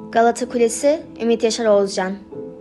Galata Kulesi, Ümit Yaşar Oğuzcan.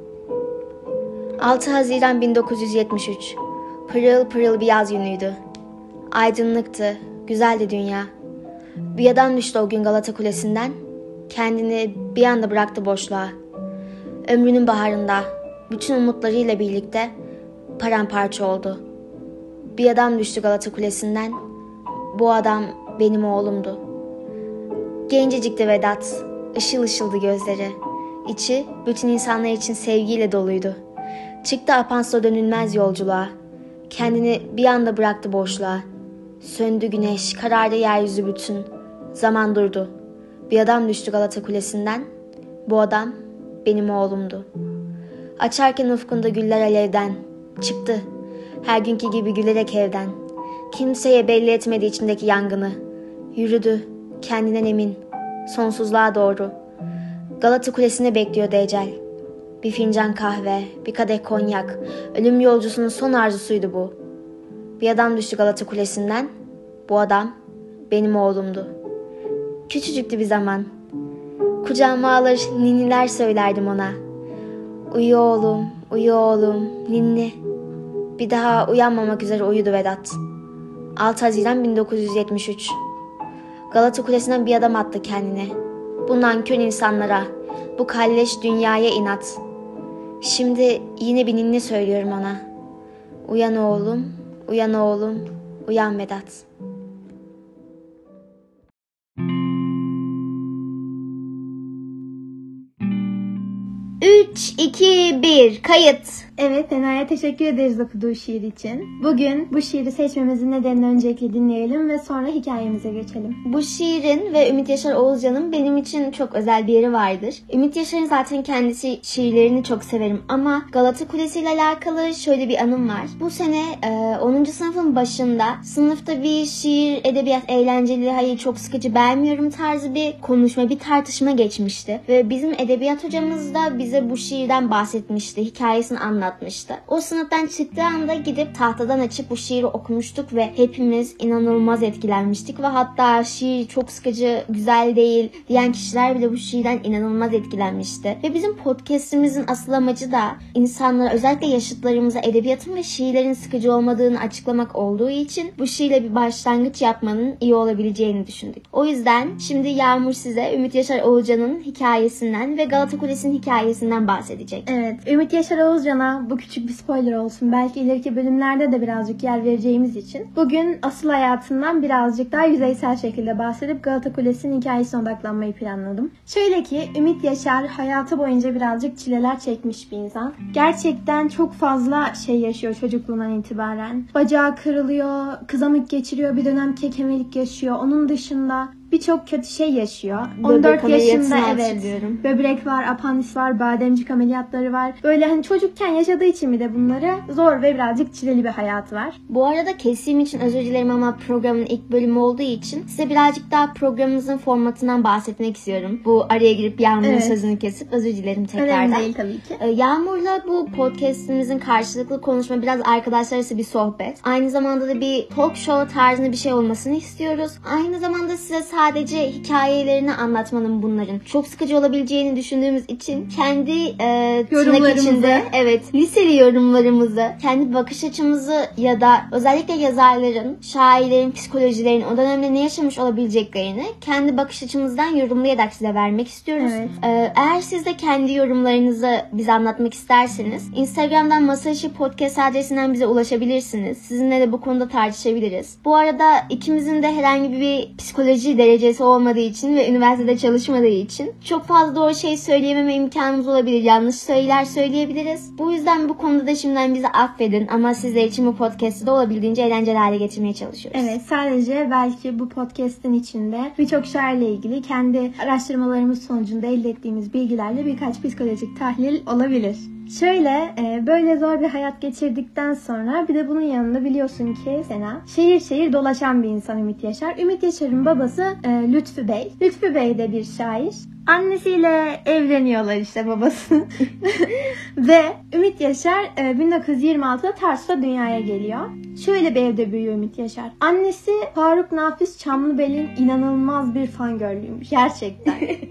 6 Haziran 1973. Pırıl pırıl bir yaz günüydü. Aydınlıktı, güzeldi dünya. Bir adam düştü o gün Galata Kulesi'nden. Kendini bir anda bıraktı boşluğa. Ömrünün baharında, bütün umutlarıyla birlikte paramparça oldu. Bir adam düştü Galata Kulesi'nden. Bu adam benim oğlumdu. Gencecikti Vedat. Işıl ışıldı gözleri. İçi bütün insanlar için sevgiyle doluydu. Çıktı Apans'la dönülmez yolculuğa. Kendini bir anda bıraktı boşluğa. Söndü güneş, karardı yeryüzü bütün. Zaman durdu. Bir adam düştü Galata Kulesi'nden. Bu adam benim oğlumdu. Açarken ufkunda güller alevden. Çıktı. Her günkü gibi gülerek evden. Kimseye belli etmedi içindeki yangını. Yürüdü, kendinden emin. Sonsuzluğa doğru. Galata Kulesi'ne bekliyordu ecel. Bir fincan kahve, bir kadeh konyak. Ölüm yolcusunun son arzusuydu bu. Bir adam düştü Galata Kulesi'nden. Bu adam benim oğlumdu. Küçücüktü bir zaman. Kucağıma alır ninniler söylerdim ona. Uyu oğlum, uyu oğlum, ninni. Bir daha uyanmamak üzere uyudu Vedat. 6 Haziran 1973. Galata Kulesi'nden bir adam attı kendine. Bu nankör insanlara, bu kalleş dünyaya inat. Şimdi yine bir ninni söylüyorum ona. Uyan oğlum, uyan oğlum, uyan Vedat. 3, 2, 1, kayıt. Evet, Sena'ya teşekkür ederiz okuduğu şiir için. Bugün bu şiiri seçmemizin nedenini öncelikle dinleyelim ve sonra hikayemize geçelim. Bu şiirin ve Ümit Yaşar Oğuzcan'ın benim için çok özel bir yeri vardır. Ümit Yaşar'ın zaten kendisi şiirlerini çok severim ama Galata Kulesi ile alakalı şöyle bir anım var. Bu sene 10. sınıfın başında sınıfta bir şiir, edebiyat, eğlenceli, hayır çok sıkıcı beğenmiyorum tarzı bir konuşma, bir tartışma geçmişti. Ve bizim edebiyat hocamız da bize bu şiirden bahsetmişti, hikayesini anlatmıştı. O sınıftan çıktığı anda gidip tahtadan açıp bu şiiri okumuştuk ve hepimiz inanılmaz etkilenmiştik ve hatta şiir çok sıkıcı, güzel değil diyen kişiler bile bu şiirden inanılmaz etkilenmişti. Ve bizim podcastimizin asıl amacı da insanlara, özellikle yaşıtlarımıza edebiyatın ve şiirlerin sıkıcı olmadığını açıklamak olduğu için bu şiirle bir başlangıç yapmanın iyi olabileceğini düşündük. O yüzden şimdi Yağmur size Ümit Yaşar Oğuzcan'ın hikayesinden ve Galata Kulesi'nin hikayesinden bahsedecek. Evet, Ümit Yaşar Oğuzcan'a bu küçük bir spoiler olsun. Belki ileriki bölümlerde de birazcık yer vereceğimiz için. Bugün asıl hayatından birazcık daha yüzeysel şekilde bahsedip Galata Kulesi'nin hikayesine odaklanmayı planladım. Şöyle ki Ümit Yaşar hayatı boyunca birazcık çileler çekmiş bir insan. Gerçekten çok fazla şey yaşıyor çocukluğundan itibaren. Bacağı kırılıyor, kızamık geçiriyor, bir dönem kekemelik yaşıyor. Onun dışında birçok kötü şey yaşıyor. 14 yaşında böbrek var, apandis var, bademcik ameliyatları var. Böyle hani çocukken yaşadığı için bir de bunları zor ve birazcık çileli bir hayat var. Bu arada kesim için özür dilerim ama programın ilk bölümü olduğu için size birazcık daha programımızın formatından bahsetmek istiyorum. Bu araya girip Yağmur'un sözünü kesip özür dilerim tekrardan. Önemli değil tabii ki. Yağmur'la bu podcastimizin karşılıklı konuşma biraz arkadaşlar arası bir sohbet. Aynı zamanda da bir talk show tarzında bir şey olmasını istiyoruz. Aynı zamanda size sadece hikayelerini anlatmanın bunların çok sıkıcı olabileceğini düşündüğümüz için kendi tırnak içinde liseli yorumlarımızı, kendi bakış açımızı ya da özellikle yazarların, şairlerin, psikolojilerin o dönemde ne yaşamış olabileceklerini kendi bakış açımızdan yorumlayarak size vermek istiyoruz. Evet. Eğer siz de kendi yorumlarınızı bize anlatmak isterseniz Instagram'dan Masayaşı Podcast adresinden bize ulaşabilirsiniz. Sizinle de bu konuda tartışabiliriz. Bu arada ikimizin de herhangi bir psikoloji derecesi olmadığı için ve üniversitede çalışmadığı için çok fazla doğru şey söyleyememe imkanımız olabilir. Yanlış söyler söyleyebiliriz. Bu yüzden bu konuda da şimdiden bizi affedin ama sizler için bu podcast'ı da olabildiğince eğlenceli hale getirmeye çalışıyoruz. Evet, sadece belki bu podcast'ın içinde birçok şairle ilgili kendi araştırmalarımız sonucunda elde ettiğimiz bilgilerle birkaç psikolojik tahlil olabilir. Şöyle böyle zor bir hayat geçirdikten sonra bir de bunun yanında biliyorsun ki Sena şehir şehir dolaşan bir insan Ümit Yaşar. Ümit Yaşar'ın babası Lütfü Bey. Lütfü Bey de bir şair. Annesiyle evleniyorlar işte babası. Ve Ümit Yaşar 1926'da Tarsus'ta dünyaya geliyor. Şöyle bir evde büyüyor Ümit Yaşar. Annesi Faruk Nafiz Çamlıbel'in inanılmaz bir fangirlüymüş. Gerçekten.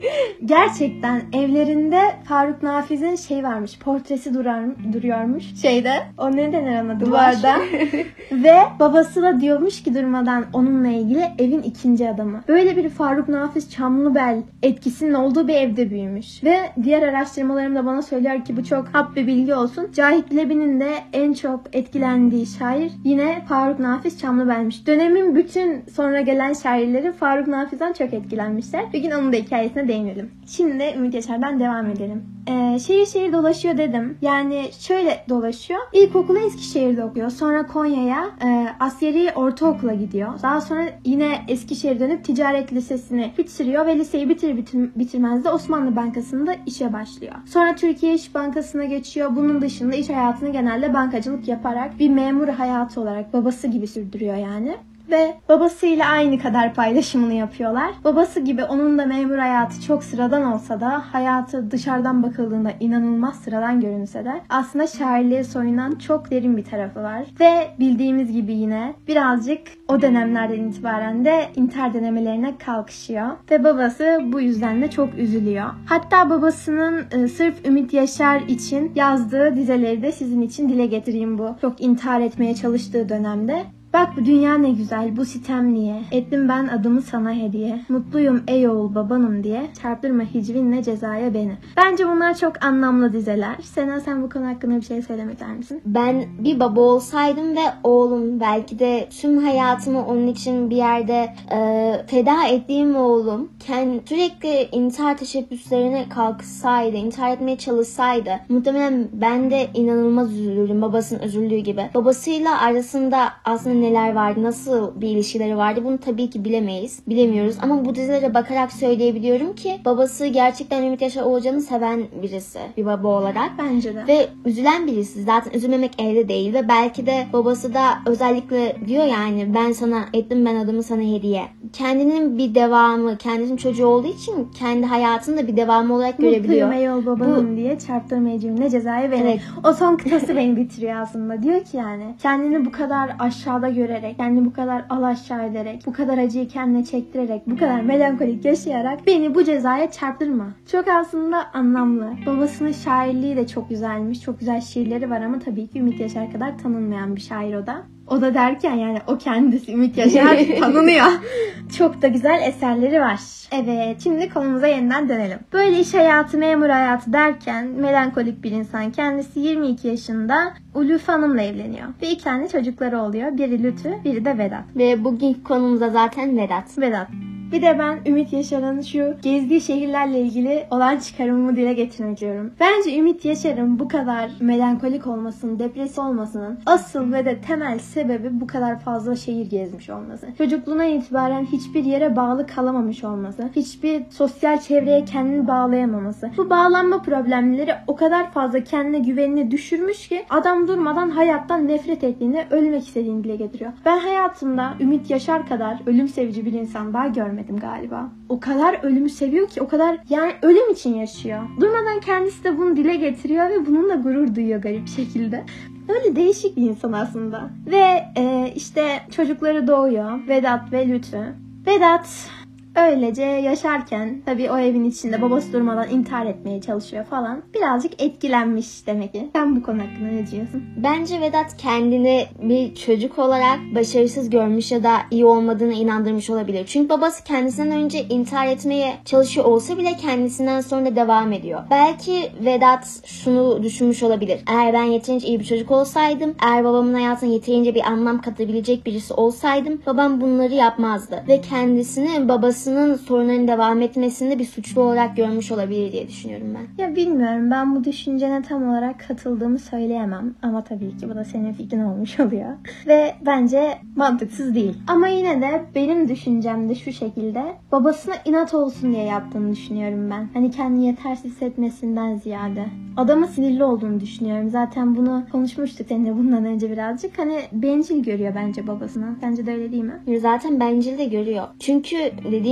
Gerçekten evlerinde Faruk Nafiz'in varmış. Portresi duruyormuş. O ne denir ona? Duvarda. Ve babası da diyormuş ki durmadan onunla ilgili evin ikinci adamı. Böyle bir Faruk Nafiz Çamlıbel etkisinin olduğu bir evde büyümüş. Ve diğer araştırmalarım da bana söylüyor ki bu çok hap bir bilgi olsun. Cahit Lebi'nin de en çok etkilendiği şair yine Faruk Nafiz Çamlıbel'miş. Dönemin bütün sonra gelen şairleri Faruk Nafiz'den çok etkilenmişler. Bir gün onun da hikayesine değinelim. Şimdi Ümit Yaşar'dan devam edelim. Şehir şehir dolaşıyor dedim. Yani şöyle dolaşıyor. İlkokulu Eskişehir'de okuyor. Sonra Konya'ya askeri ortaokula gidiyor. Daha sonra yine Eskişehir'e dönüp ticaret lisesini bitiriyor ve liseyi bitirmez de Osmanlı Bankası'nda işe başlıyor. Sonra Türkiye İş Bankası'na geçiyor. Bunun dışında iş hayatını genelde bankacılık yaparak bir memur hayatı olarak babası gibi sürdürüyor yani. Ve babasıyla aynı kadar paylaşımını yapıyorlar. Babası gibi onun da memur hayatı çok sıradan olsa da hayatı dışarıdan bakıldığında inanılmaz sıradan görünse de aslında şairliğe soyunan çok derin bir tarafı var. Ve bildiğimiz gibi yine birazcık o dönemlerden itibaren de intihar denemelerine kalkışıyor. Ve babası bu yüzden de çok üzülüyor. Hatta babasının sırf Ümit Yaşar için yazdığı dizeleri de sizin için dile getireyim bu. Çok intihar etmeye çalıştığı dönemde. Bak bu dünya ne güzel, bu sitem niye? Ettim ben adımı sana hediye. Mutluyum ey oğul babanım diye. Çarptırma hicvinle cezaya beni. Bence bunlar çok anlamlı dizeler. Sena, sen bu konu hakkında bir şey söylemek ister misin? Ben bir baba olsaydım ve oğlum, belki de tüm hayatımı onun için bir yerde feda ettiğim oğlum sürekli intihar teşebbüslerine kalksaydı, intihar etmeye çalışsaydı muhtemelen ben de inanılmaz üzülürdüm, babasının üzüldüğü gibi. Babasıyla arasında aslında neler vardı, nasıl bir ilişkileri vardı bunu tabii ki bilemiyoruz ama bu dizilere bakarak söyleyebiliyorum ki babası gerçekten Ümit Yaşar Oğuzcan'ı seven birisi, bir baba olarak. Bence de. Ve üzülen birisi, zaten üzülmemek elde değil ve belki de babası da özellikle diyor yani ben sana ettim ben adımı sana hediye. Kendinin bir devamı, kendisinin çocuğu olduğu için kendi hayatını da bir devamı olarak görebiliyor. Mutluyum ey oğul babanım diye çarptırma hicvinle cezaya beni. Evet. O son kıtası beni bitiriyor aslında. Diyor ki yani kendini bu kadar aşağıda görerek, kendini bu kadar alaşağı ederek, bu kadar acıyı kendine çektirerek, bu kadar melankolik yaşayarak beni bu cezaya çarptırma. Çok aslında anlamlı. Babasının şairliği de çok güzelmiş. Çok güzel şiirleri var ama tabii ki Ümit Yaşar kadar tanınmayan bir şair o da. O da derken yani o kendisi Ümit Yaşar tanınıyor. Çok da güzel eserleri var. Evet, şimdi konumuza yeniden dönelim. Böyle iş hayatı, memur hayatı derken melankolik bir insan. Kendisi 22 yaşında Uluf Hanım'la evleniyor. Ve 2 tane çocukları oluyor. Biri Lütü, biri de Vedat. Ve bugünkü konumuzda zaten Vedat. Bir de ben Ümit Yaşar'ın şu gezdiği şehirlerle ilgili olan çıkarımımı dile getirmek istiyorum. Bence Ümit Yaşar'ın bu kadar melankolik olmasının, depresif olmasının asıl ve de temel sebebi bu kadar fazla şehir gezmiş olması. Çocukluğundan itibaren hiçbir yere bağlı kalamamış olması, hiçbir sosyal çevreye kendini bağlayamaması. Bu bağlanma problemleri o kadar fazla kendine güvenini düşürmüş ki adam durmadan hayattan nefret ettiğini, ölmek istediğini dile getiriyor. Ben hayatımda Ümit Yaşar kadar ölüm sevici bir insan daha görmedim galiba. O kadar ölümü seviyor ki, o kadar yani ölüm için yaşıyor. Durmadan kendisi de bunu dile getiriyor ve bununla gurur duyuyor garip şekilde. Öyle değişik bir insan aslında. Ve işte çocukları doğuyor. Vedat ve Lütfü. Vedat öylece yaşarken tabii o evin içinde babası durmadan intihar etmeye çalışıyor falan. Birazcık etkilenmiş demek ki. Sen bu konu hakkında ne diyorsun? Bence Vedat kendini bir çocuk olarak başarısız görmüş ya da iyi olmadığına inandırmış olabilir. Çünkü babası kendisinden önce intihar etmeye çalışıyor olsa bile kendisinden sonra devam ediyor. Belki Vedat şunu düşünmüş olabilir. Eğer ben yeterince iyi bir çocuk olsaydım, eğer babamın hayatına yeterince bir anlam katabilecek birisi olsaydım, babam bunları yapmazdı. Ve kendisini babasının sorunların devam etmesinde bir suçlu olarak görmüş olabilir diye düşünüyorum ben. Ya bilmiyorum, ben bu düşüncene tam olarak katıldığımı söyleyemem. Ama tabii ki bu da senin fikrin olmuş oluyor. Ve bence mantıksız değil. Ama yine de benim düşüncem de şu şekilde. Babasına inat olsun diye yaptığını düşünüyorum ben. Hani kendini yetersiz hissetmesinden ziyade. Adamın sinirli olduğunu düşünüyorum. Zaten bunu konuşmuştuk seninle bundan önce birazcık. Hani bencil görüyor bence babasını. Sence de öyle değil mi? Zaten bencil de görüyor. Çünkü dediğim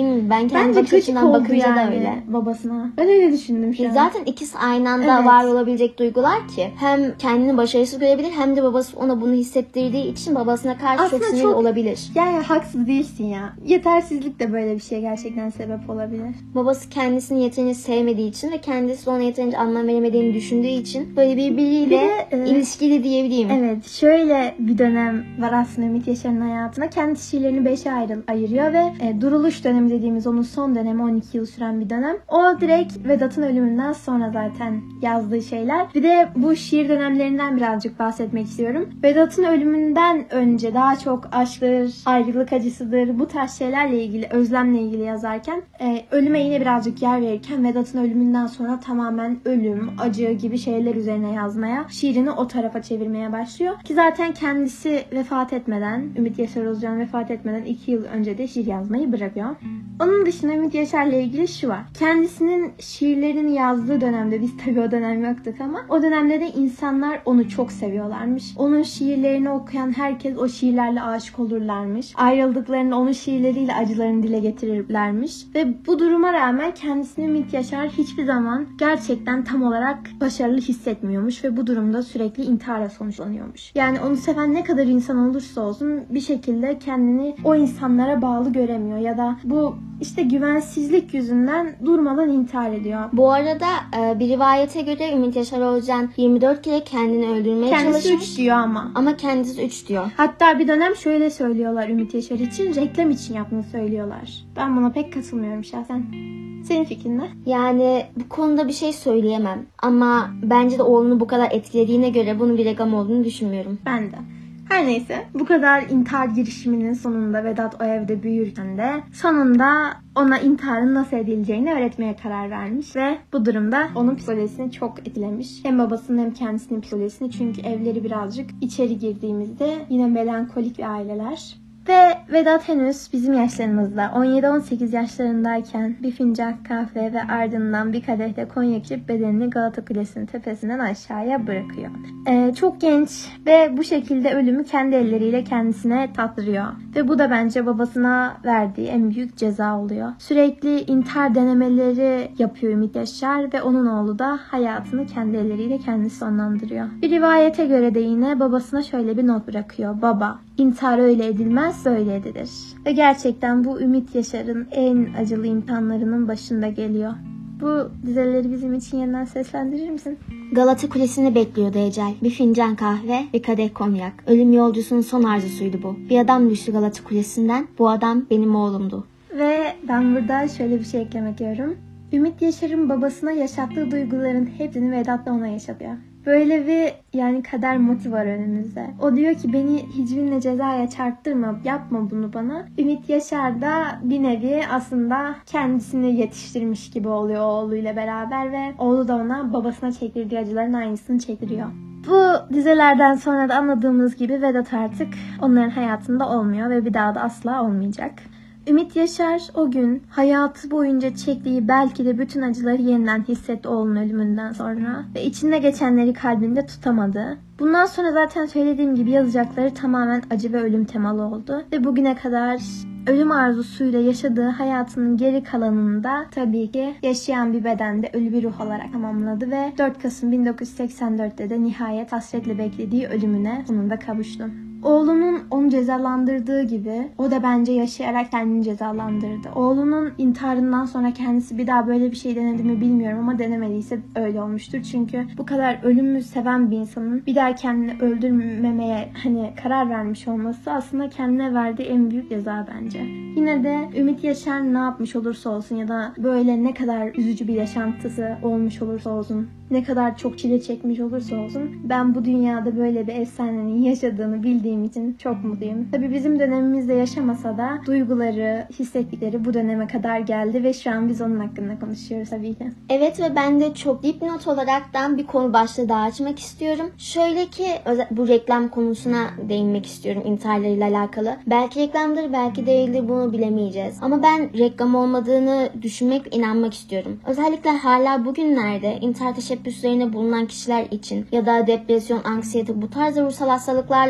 mi? Ben kendi Bence bakış gıcık açımdan oldu bakınca yani da öyle. babasına. Ben öyle düşündüm şu an. Zaten ikisi aynı anda Evet. var olabilecek duygular ki. Hem kendini başarısız görebilir hem de babası ona bunu hissettirdiği için babasına karşı Aslında çok sinirli çok- olabilir. Yani haksız değilsin ya. Yetersizlik de böyle bir şeye gerçekten sebep olabilir. Babası kendisini yeterince sevmediği için ve kendisi de ona yeterince anlam veremediğini düşündüğü için böyle birbiriyle Bir de, ilişkili diyebileyim. Evet, şöyle bir dönem var aslında Ümit Yaşar'ın hayatına. Kendi şiirlerini 5'e ayırıyor ve duruluş dönemi dediğimiz onun son dönemi 12 yıl süren bir dönem. O direkt Vedat'ın ölümünden sonra zaten yazdığı şeyler. Bir de bu şiir dönemlerinden birazcık bahsetmek istiyorum. Vedat'ın ölümünden önce daha çok aşktır, ayrılık acısıdır, bu tarz şeylerle ilgili, özlemle ilgili yazarken ölüme yine birazcık yer verirken Vedat'ın ölümünden sonra tamamen ölüm, acı gibi şeyler üzerine yazmaya, şiirini o tarafa çevirmeye başlıyor. Ki zaten kendisi vefat etmeden, Ümit Yaşar Özcan vefat etmeden 2 yıl önce de şiir yazmayı bırakıyor. Onun dışında Ümit Yaşar'la ilgili şu var. Kendisinin şiirlerini yazdığı dönemde, biz tabii o dönem yoktuk ama o dönemde de insanlar onu çok seviyorlarmış. Onun şiirlerini okuyan herkes o şiirlerle aşık olurlarmış. Ayrıldıklarında onun şiirleriyle acılarını dile getirirlermiş. Ve bu duruma rağmen kendisini Ümit Yaşar hiçbir zaman gerçekten tam olarak başarılı hissetmiyormuş ve bu durumda sürekli intihara sonuçlanıyormuş. Yani onu seven ne kadar insan olursa olsun bir şekilde kendini o insanlara bağlı göremiyor ya da bu işte güvensizlik yüzünden durmadan intihar ediyor. Bu arada bir rivayete göre Ümit Yaşar Özcan 24 kere kendini öldürmeye Kendisi çalışmış. 3 diyor ama. Ama kendisi 3 diyor. Hatta bir dönem şöyle söylüyorlar Ümit Yaşar için, reklam için yaptığını söylüyorlar. Ben buna pek katılmıyorum şahsen. Senin fikrin ne? Yani bu konuda bir şey söyleyemem. Ama bence de oğlunu bu kadar etkilediğine göre bunun bir reklam olduğunu düşünmüyorum. Ben de. Her neyse, bu kadar intihar girişiminin sonunda Vedat o evde büyürken de sonunda ona intiharın nasıl edileceğini öğretmeye karar vermiş ve bu durumda onun psikolojisini çok etkilemiş. Hem babasının hem kendisinin psikolojisini, çünkü evleri birazcık içeri girdiğimizde yine melankolik bir aileler. Ve Vedat henüz bizim yaşlarımızda 17-18 yaşlarındayken bir fincan kahve ve ardından bir kadeh de konyak içip bedenini Galata Kulesi'nin tepesinden aşağıya bırakıyor. Çok genç ve bu şekilde ölümü kendi elleriyle kendisine tattırıyor. Ve bu da bence babasına verdiği en büyük ceza oluyor. Sürekli intihar denemeleri yapıyor Ümit Yaşar ve onun oğlu da hayatını kendi elleriyle kendisi sonlandırıyor. Bir rivayete göre de yine babasına şöyle bir not bırakıyor. Baba, intihar öyle edilmez, böyle edilir. Ve gerçekten bu Ümit Yaşar'ın en acılı imtihanlarının başında geliyor. Bu dizeleri bizim için yeniden seslendirir misin? Galata Kulesi'ni bekliyordu ecel. Bir fincan kahve, bir kadeh konyak. Ölüm yolcusunun son arzusuydu bu. Bir adam düştü Galata Kulesi'nden. Bu adam benim oğlumdu. Ve ben burada şöyle bir şey eklemek istiyorum. Ümit Yaşar'ın babasına yaşattığı duyguların hepsini Vedat da ona yaşatıyor. Böyle bir yani kader motifi var önümüzde. O diyor ki beni hicvinle cezaya çarptırma, yapma bunu bana. Ümit Yaşar da bir nevi aslında kendisini yetiştirmiş gibi oluyor oğluyla beraber ve oğlu da ona babasına çektirdiği acıların aynısını çektiriyor. Bu dizelerden sonra da anladığımız gibi Vedat artık onların hayatında olmuyor ve bir daha da asla olmayacak. Ümit Yaşar o gün hayatı boyunca çektiği belki de bütün acıları yeniden hissetti oğlunun ölümünden sonra ve içinde geçenleri kalbinde tutamadı. Bundan sonra zaten söylediğim gibi yazacakları tamamen acı ve ölüm temalı oldu ve bugüne kadar ölüm arzusuyla yaşadığı hayatının geri kalanını da tabii ki yaşayan bir bedende ölü bir ruh olarak tamamladı ve 4 Kasım 1984'te de nihayet hasretle beklediği ölümüne sonunda kavuştu. Oğlunun onu cezalandırdığı gibi o da bence yaşayarak kendini cezalandırdı. Oğlunun intiharından sonra kendisi bir daha böyle bir şey denedi mi bilmiyorum ama denemediyse öyle olmuştur. Çünkü bu kadar ölümü seven bir insanın bir daha kendini öldürmemeye karar vermiş olması aslında kendine verdiği en büyük ceza bence. Yine de Ümit Yaşar ne yapmış olursa olsun ya da böyle ne kadar üzücü bir yaşantısı olmuş olursa olsun, ne kadar çok çile çekmiş olursa olsun ben bu dünyada böyle bir efsanenin yaşadığını bildiğim için çok mutluyum. Tabii bizim dönemimizde yaşamasa da duyguları, hissettikleri bu döneme kadar geldi ve şu an biz onun hakkında konuşuyoruz tabii ki. Evet ve ben de çok dipnot olaraktan bir konu başlığı daha açmak istiyorum. Şöyle ki bu reklam konusuna değinmek istiyorum intiharlarıyla alakalı. Belki reklamdır, belki değildir, bunu bilemeyeceğiz. Ama ben reklam olmadığını düşünmek ve inanmak istiyorum. Özellikle hala bugünlerde intihar teşebbüslerine bulunan kişiler için ya da depresyon, anksiyete bu tarz ruhsal hastalıklarla uğraşan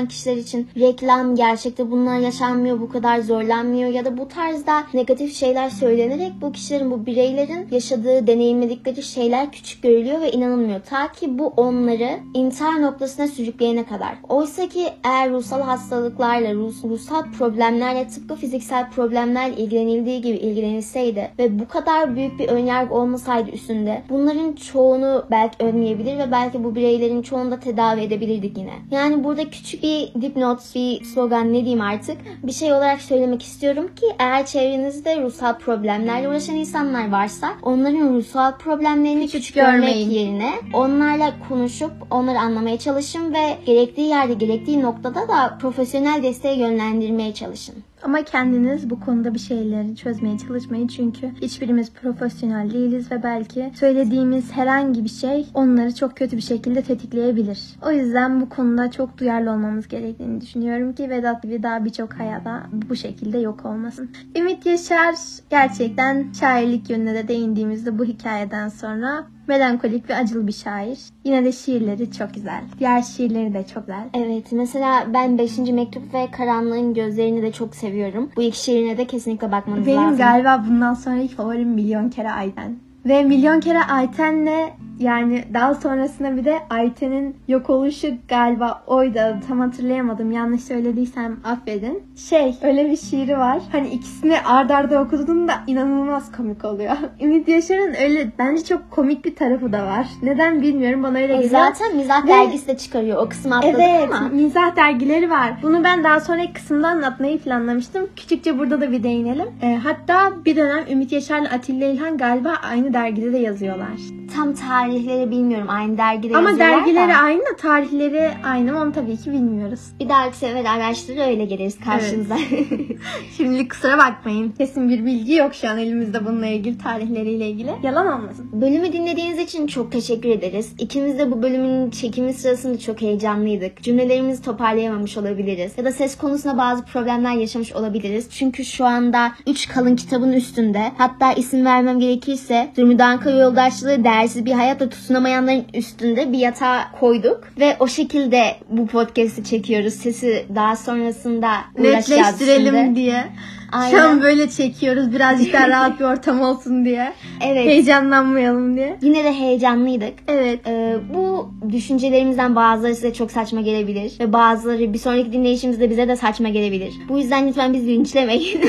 kişiler için reklam, gerçekte bunlar yaşanmıyor, bu kadar zorlanmıyor ya da bu tarzda negatif şeyler söylenerek bu kişilerin, bu bireylerin yaşadığı, deneyimledikleri şeyler küçük görülüyor ve inanılmıyor. Ta ki bu onları intihar noktasına sürükleyene kadar. Oysa ki eğer ruhsal hastalıklarla, ruhsal problemlerle tıpkı fiziksel problemlerle ilgilenildiği gibi ilgilenilseydi ve bu kadar büyük bir önyargı olmasaydı üstünde, bunların çoğunu belki önleyebilir ve belki bu bireylerin çoğunu da tedavi edebilirdik yine. Yani burada küçük bir dipnot, bir slogan, ne diyeyim artık, bir şey olarak söylemek istiyorum ki eğer çevrenizde ruhsal problemlerle uğraşan insanlar varsa onların ruhsal problemlerini küçük görmek yerine onlarla konuşup onları anlamaya çalışın ve gerektiği yerde, gerektiği noktada da profesyonel desteğe yönlendirmeye çalışın. Ama kendiniz bu konuda bir şeyleri çözmeye çalışmayın çünkü hiçbirimiz profesyonel değiliz ve belki söylediğimiz herhangi bir şey onları çok kötü bir şekilde tetikleyebilir. O yüzden bu konuda çok duyarlı olmamız gerektiğini düşünüyorum ki Vedat gibi daha birçok hayata bu şekilde yok olmasın. Ümit Yaşar gerçekten şairlik yönüne de değindiğimizde bu hikayeden sonra melankolik ve acılı bir şair. Yine de şiirleri çok güzel. Diğer şiirleri de çok güzel. Evet, mesela ben 5. Mektup ve Karanlığın Gözlerini de çok seviyorum. Bu iki şiirine de kesinlikle bakmanız lazım. Benim galiba bundan sonraki favorim Milyon Kere Ayten. Ve Milyon Kere Ayten'le yani daha sonrasında bir de Ayten'in yok oluşu galiba oydu. Tam hatırlayamadım. Yanlış söylediysem affedin. Öyle bir şiiri var. Hani ikisini ard arda okuduğumda inanılmaz komik oluyor. Ümit Yaşar'ın öyle bence çok komik bir tarafı da var. Neden bilmiyorum, bana öyle geliyor. Zaten Mizah dergisi de çıkarıyor. O kısmı atladık ama. Evet, mizah dergileri var. Bunu ben daha sonraki kısımda anlatmayı planlamıştım. Küçükçe burada da bir değinelim. Hatta bir dönem Ümit Yaşar'la Atilla İlhan galiba aynı dergide de yazıyorlar. Tam tarihleri bilmiyorum. Aynı dergide ama yazıyorlar dergileri da. aynı da tarihleri aynı mı onu tabii ki bilmiyoruz. Bir dahaki sefer araştırır öyle geliriz karşınıza. Evet. Şimdilik kusura bakmayın. Kesin bir bilgi yok şu an elimizde bununla ilgili, tarihleriyle ilgili. Yalan olmasın. Bölümü dinlediğiniz için çok teşekkür ederiz. İkimiz de bu bölümün çekimi sırasında çok heyecanlıydık. Cümlelerimizi toparlayamamış olabiliriz. Ya da ses konusunda bazı problemler yaşamış olabiliriz. Çünkü şu anda 3 kalın kitabın üstünde. Hatta isim vermem gerekirse Durmudanka Yoldaşlığı, Değersiz Bir Hayatla Tutunamayanların üstünde bir yatağa koyduk. Ve o şekilde bu podcast'i çekiyoruz. Sesi daha sonrasında uğraşacağız netleştirelim diye. Aynen. Şu an böyle çekiyoruz birazcık daha rahat bir ortam olsun diye. Evet. Heyecanlanmayalım diye. Yine de heyecanlıydık. Evet. Bu düşüncelerimizden bazıları size çok saçma gelebilir. Ve bazıları bir sonraki dinleyişimizde bize de saçma gelebilir. Bu yüzden lütfen bizi linçlemeyin.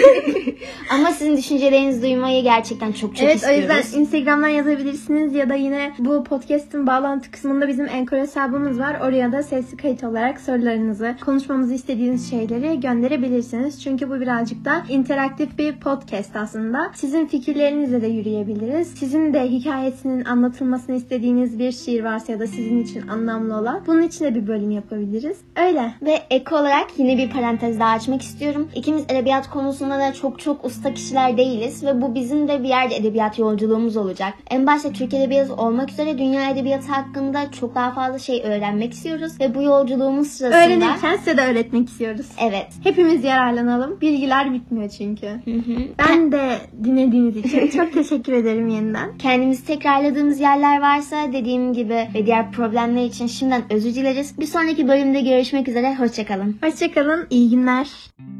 Ama sizin düşüncelerinizi duymayı gerçekten çok istiyoruz. Evet, o yüzden Instagram'dan yazabilirsiniz ya da yine bu podcast'ın bağlantı kısmında bizim Anchor hesabımız var. Oraya da sesli kayıt olarak sorularınızı, konuşmamızı istediğiniz şeyleri gönderebilirsiniz. Çünkü bu birazcık da interaktif bir podcast aslında. Sizin fikirlerinizle de yürüyebiliriz. Sizin de hikayesinin anlatılmasını istediğiniz bir şiir varsa ya da sizin için anlamlı olan, bunun için de bir bölüm yapabiliriz. Öyle. Ve ek olarak yine bir parantez daha açmak istiyorum. İkimiz edebiyat konusunda da çok usta kişiler değiliz ve bu bizim de bir yerde edebiyat yolculuğumuz olacak. En başta Türk edebiyatı olmak üzere dünya edebiyatı hakkında çok daha fazla şey öğrenmek istiyoruz ve bu yolculuğumuz sırasında öğrenirken size de öğretmek istiyoruz. Evet. Hepimiz yararlanalım. Bilgiler bitmiyor çünkü. Ben de dinlediğiniz için çok teşekkür ederim yeniden. Kendimizi tekrarladığımız yerler varsa dediğim gibi ve diğer problemler için şimdiden özür dileriz. Bir sonraki bölümde görüşmek üzere. Hoşçakalın. Hoşçakalın. İyi günler.